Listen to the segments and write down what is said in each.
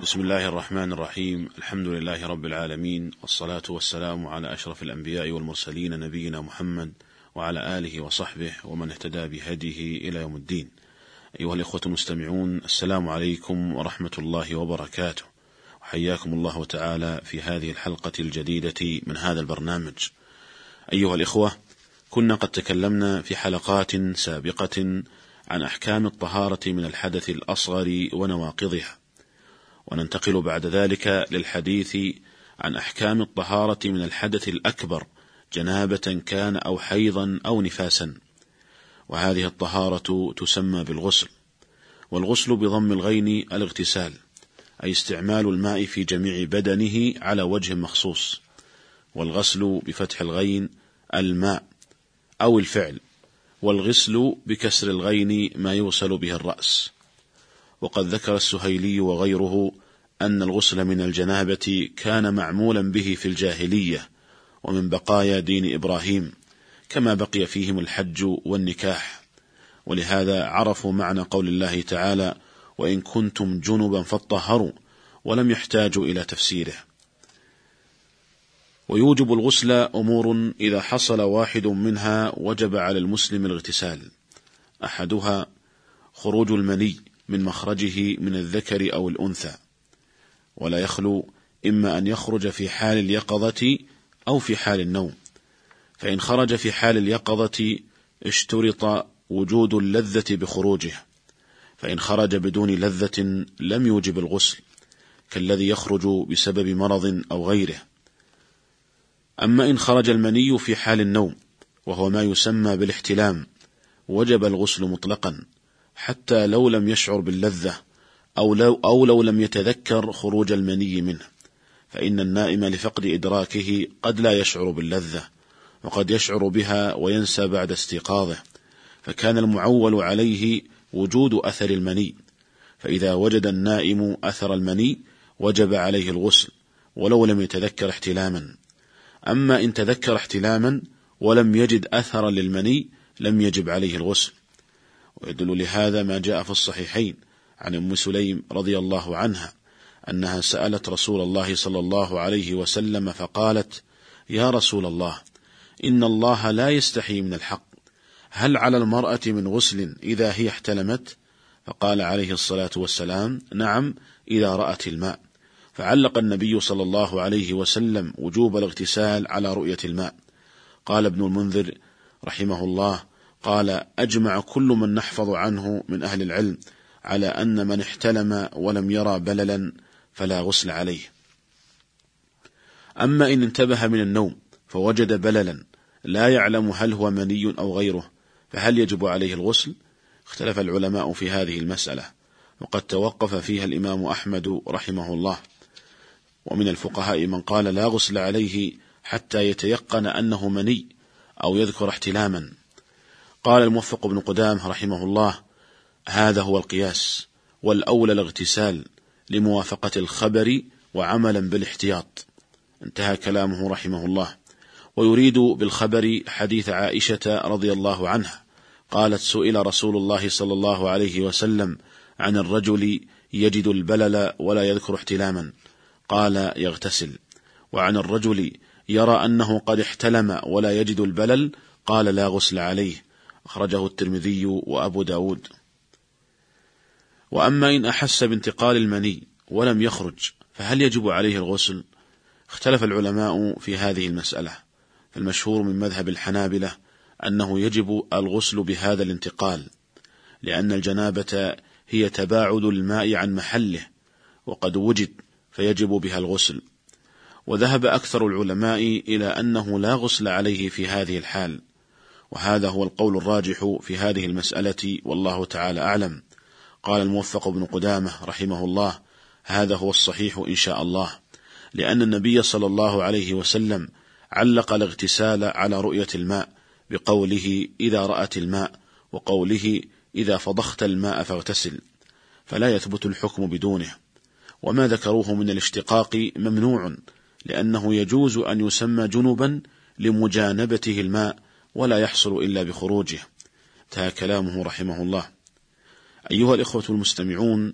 بسم الله الرحمن الرحيم. الحمد لله رب العالمين، والصلاة والسلام على أشرف الأنبياء والمرسلين نبينا محمد وعلى آله وصحبه ومن اهتدى بهديه إلى يوم الدين. أيها الإخوة المستمعون، السلام عليكم ورحمة الله وبركاته، وحياكم الله تعالى في هذه الحلقة الجديدة من هذا البرنامج. أيها الإخوة، كنا قد تكلمنا في حلقات سابقة عن أحكام الطهارة من الحدث الأصغر ونواقضها، وننتقل بعد ذلك للحديث عن أحكام الطهارة من الحدث الأكبر، جنابة كان أو حيضا أو نفاسا. وهذه الطهارة تسمى بالغسل، والغسل بضم الغين الاغتسال، أي استعمال الماء في جميع بدنه على وجه مخصوص، والغسل بفتح الغين الماء أو الفعل، والغسل بكسر الغين ما يغسل به الرأس. وقد ذكر السهيلي وغيره أن الغسل من الجنابة كان معمولا به في الجاهلية ومن بقايا دين إبراهيم، كما بقي فيهم الحج والنكاح، ولهذا عرفوا معنى قول الله تعالى: وإن كنتم جنبا فاطهروا، ولم يحتاجوا إلى تفسيره. ويوجب الغسل أمور إذا حصل واحد منها وجب على المسلم الاغتسال. أحدها خروج المني من مخرجه من الذكر أو الأنثى، ولا يخلو إما أن يخرج في حال اليقظة أو في حال النوم. فإن خرج في حال اليقظة اشترط وجود اللذة بخروجه، فإن خرج بدون لذة لم يوجب الغسل، كالذي يخرج بسبب مرض أو غيره. أما إن خرج المني في حال النوم، وهو ما يسمى بالاحتلام، وجب الغسل مطلقا، حتى لو لم يشعر باللذة أو لو لم يتذكر خروج المني منه، فإن النائم لفقد إدراكه قد لا يشعر باللذة، وقد يشعر بها وينسى بعد استيقاظه، فكان المعول عليه وجود أثر المني، فإذا وجد النائم أثر المني وجب عليه الغسل ولو لم يتذكر احتلاما. أما إن تذكر احتلاما ولم يجد أثرا للمني لم يجب عليه الغسل. ويدل لهذا ما جاء في الصحيحين عن أم سليم رضي الله عنها أنها سألت رسول الله صلى الله عليه وسلم فقالت: يا رسول الله، إن الله لا يستحي من الحق، هل على المرأة من غسل إذا هي احتلمت؟ فقال عليه الصلاة والسلام: نعم، إذا رأت الماء. فعلق النبي صلى الله عليه وسلم وجوب الاغتسال على رؤية الماء. قال ابن المنذر رحمه الله: قال: أجمع كل من نحفظ عنه من أهل العلم على أن من احتلم ولم يرى بللا فلا غسل عليه. أما إن انتبه من النوم فوجد بللا لا يعلم هل هو مني أو غيره، فهل يجب عليه الغسل؟ اختلف العلماء في هذه المسألة، وقد توقف فيها الإمام أحمد رحمه الله. ومن الفقهاء من قال لا غسل عليه حتى يتيقن أنه مني أو يذكر احتلاما. قال الموفق بن قدامة رحمه الله: هذا هو القياس، والأولى الاغتسال لموافقة الخبر وعملا بالاحتياط. انتهى كلامه رحمه الله. ويريد بالخبر حديث عائشة رضي الله عنها قالت: سئل رسول الله صلى الله عليه وسلم عن الرجل يجد البلل ولا يذكر احتلاما، قال: يغتسل. وعن الرجل يرى أنه قد احتلم ولا يجد البلل، قال: لا غسل عليه. أخرجه الترمذي وأبو داود. وأما إن أحس بانتقال المني ولم يخرج فهل يجب عليه الغسل؟ اختلف العلماء في هذه المسألة، فالمشهور من مذهب الحنابلة أنه يجب الغسل بهذا الانتقال، لأن الجنابة هي تباعد الماء عن محله، وقد وجد فيجب بها الغسل. وذهب أكثر العلماء إلى أنه لا غسل عليه في هذه الحال، وهذا هو القول الراجح في هذه المسألة، والله تعالى أعلم. قال الموفق بن قدامة رحمه الله: هذا هو الصحيح إن شاء الله، لأن النبي صلى الله عليه وسلم علق الاغتسال على رؤية الماء بقوله: إذا رأت الماء، وقوله: إذا فضخت الماء فاغتسل، فلا يثبت الحكم بدونه. وما ذكروه من الاشتقاق ممنوع، لأنه يجوز أن يسمى جنبا لمجانبته الماء ولا يحصل إلا بخروجه. انتهى كلامه رحمه الله. أيها الإخوة المستمعون،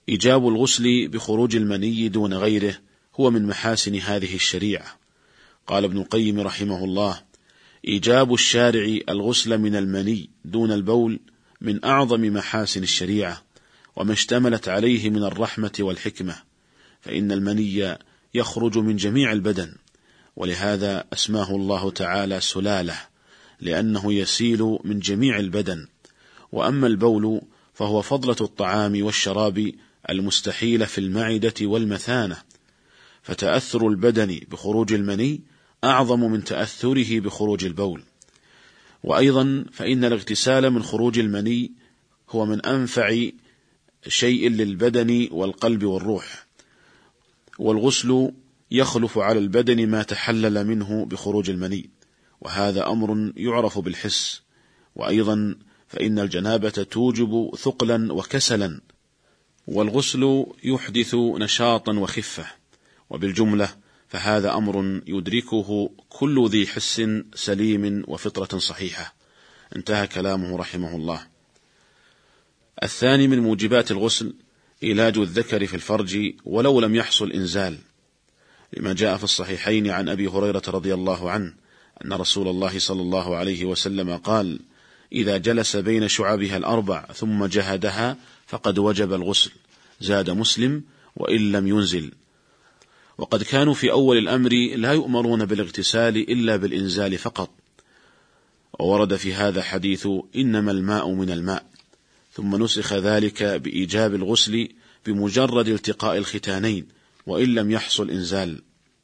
إيجاب الغسل بخروج المني دون غيره هو من محاسن هذه الشريعة. قال ابن القيم رحمه الله: إيجاب الشارع الغسل من المني دون البول من أعظم محاسن الشريعة، وما اشتملت عليه من الرحمة والحكمة، فإن المني يخرج من جميع البدن، ولهذا أسماه الله تعالى سلالة، لأنه يسيل من جميع البدن. وأما البول فهو فضلة الطعام والشراب المستحيل في المعدة والمثانة، فتأثر البدن بخروج المني أعظم من تأثره بخروج البول. وأيضا فإن الاغتسال من خروج المني هو من أنفع شيء للبدن والقلب والروح، والغسل يخلف على البدن ما تحلل منه بخروج المني، وهذا أمر يعرف بالحس. وأيضا فإن الجنابة توجب ثقلا وكسلا، والغسل يحدث نشاطا وخفة، وبالجملة فهذا أمر يدركه كل ذي حس سليم وفطرة صحيحة. انتهى كلامه رحمه الله. الثاني من موجبات الغسل علاج الذكر في الفرج ولو لم يحصل إنزال، لما جاء في الصحيحين عن أبي هريرة رضي الله عنه أن رسول الله صلى الله عليه وسلم قال: إذا جلس بين شعبها الأربع ثم جهدها فقد وجب الغسل. زاد مسلم: وإن لم ينزل. وقد كانوا في أول الأمر لا يؤمرون بالاغتسال إلا بالإنزال فقط، وورد في هذا حديث: إنما الماء من الماء، ثم نسخ ذلك بإيجاب الغسل بمجرد التقاء الختانين وإن لم يحصل إنزال.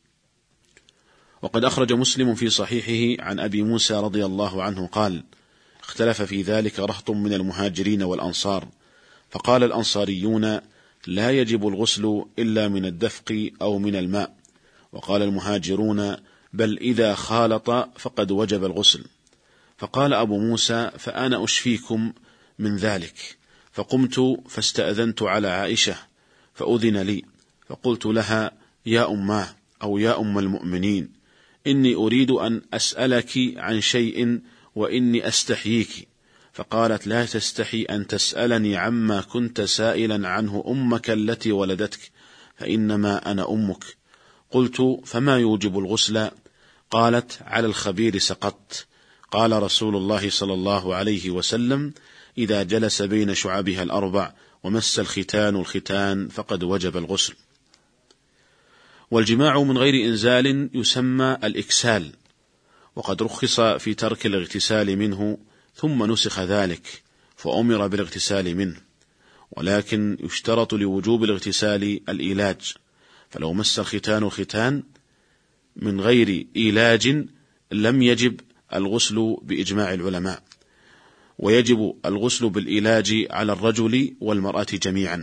وقد أخرج مسلم في صحيحه عن أبي موسى رضي الله عنه قال: اختلف في ذلك رهط من المهاجرين والأنصار، فقال الأنصاريون: لا يجب الغسل إلا من الدفق أو من الماء، وقال المهاجرون: بل إذا خالط فقد وجب الغسل. فقال أبو موسى: فأنا أشفيكم من ذلك. فقمت فاستأذنت على عائشة فأذن لي، فقلت لها: يا أماه أو يا أم المؤمنين، إني أريد أن أسألك عن شيء وإني أستحييك. فقالت: لا تستحي أن تسألني عما كنت سائلا عنه أمك التي ولدتك، فإنما أنا أمك. قلت: فما يوجب الغسل؟ قالت: على الخبير سقطت. قال رسول الله صلى الله عليه وسلم: إذا جلس بين شعبها الأربع ومس الختان الختان فقد وجب الغسل. والجماع من غير إنزال يسمى الإكسال، وقد رخص في ترك الاغتسال منه، ثم نسخ ذلك فأمر بالاغتسال منه، ولكن يشترط لوجوب الاغتسال الإيلاج، فلو مس الختان الختان من غير إيلاج لم يجب الغسل بإجماع العلماء، ويجب الغسل بالإيلاج على الرجل والمرأة جميعا.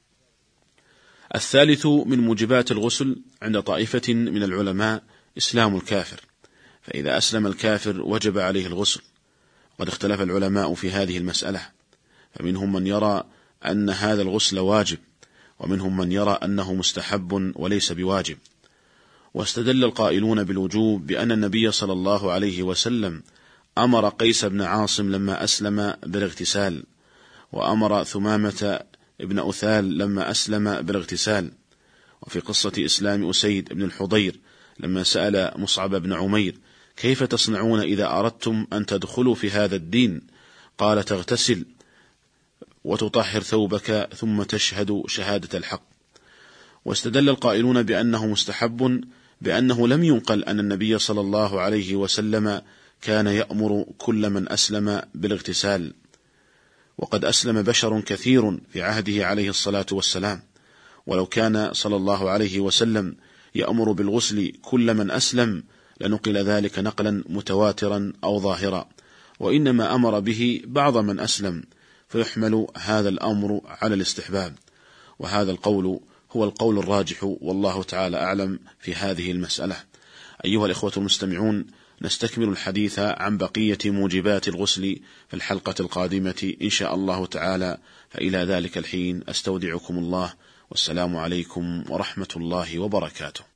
الثالث من موجبات الغسل عند طائفة من العلماء إسلام الكافر، فإذا أسلم الكافر وجب عليه الغسل. قد اختلف العلماء في هذه المسألة، فمنهم من يرى أن هذا الغسل واجب، ومنهم من يرى أنه مستحب وليس بواجب. واستدل القائلون بالوجوب بأن النبي صلى الله عليه وسلم أمر قيس بن عاصم لما أسلم بالاغتسال، وأمر ثمامة ابن أثال لما أسلم بالاغتسال. وفي قصة إسلام أسيد بن الحضير لما سأل مصعب بن عمير: كيف تصنعون إذا أردتم أن تدخلوا في هذا الدين؟ قال: تغتسل وتطهر ثوبك ثم تشهد شهادة الحق. واستدل القائلون بأنه مستحب بأنه لم ينقل أن النبي صلى الله عليه وسلم كان يأمر كل من أسلم بالاغتسال، وقد أسلم بشر كثير في عهده عليه الصلاة والسلام، ولو كان صلى الله عليه وسلم يأمر بالغسل كل من أسلم لنقل ذلك نقلا متواترا أو ظاهرا، وإنما أمر به بعض من أسلم، فيحمل هذا الأمر على الاستحباب. وهذا القول هو القول الراجح، والله تعالى أعلم في هذه المسألة. أيها الإخوة المستمعون، نستكمل الحديث عن بقية موجبات الغسل في الحلقة القادمة إن شاء الله تعالى، فإلى ذلك الحين أستودعكم الله، والسلام عليكم ورحمة الله وبركاته.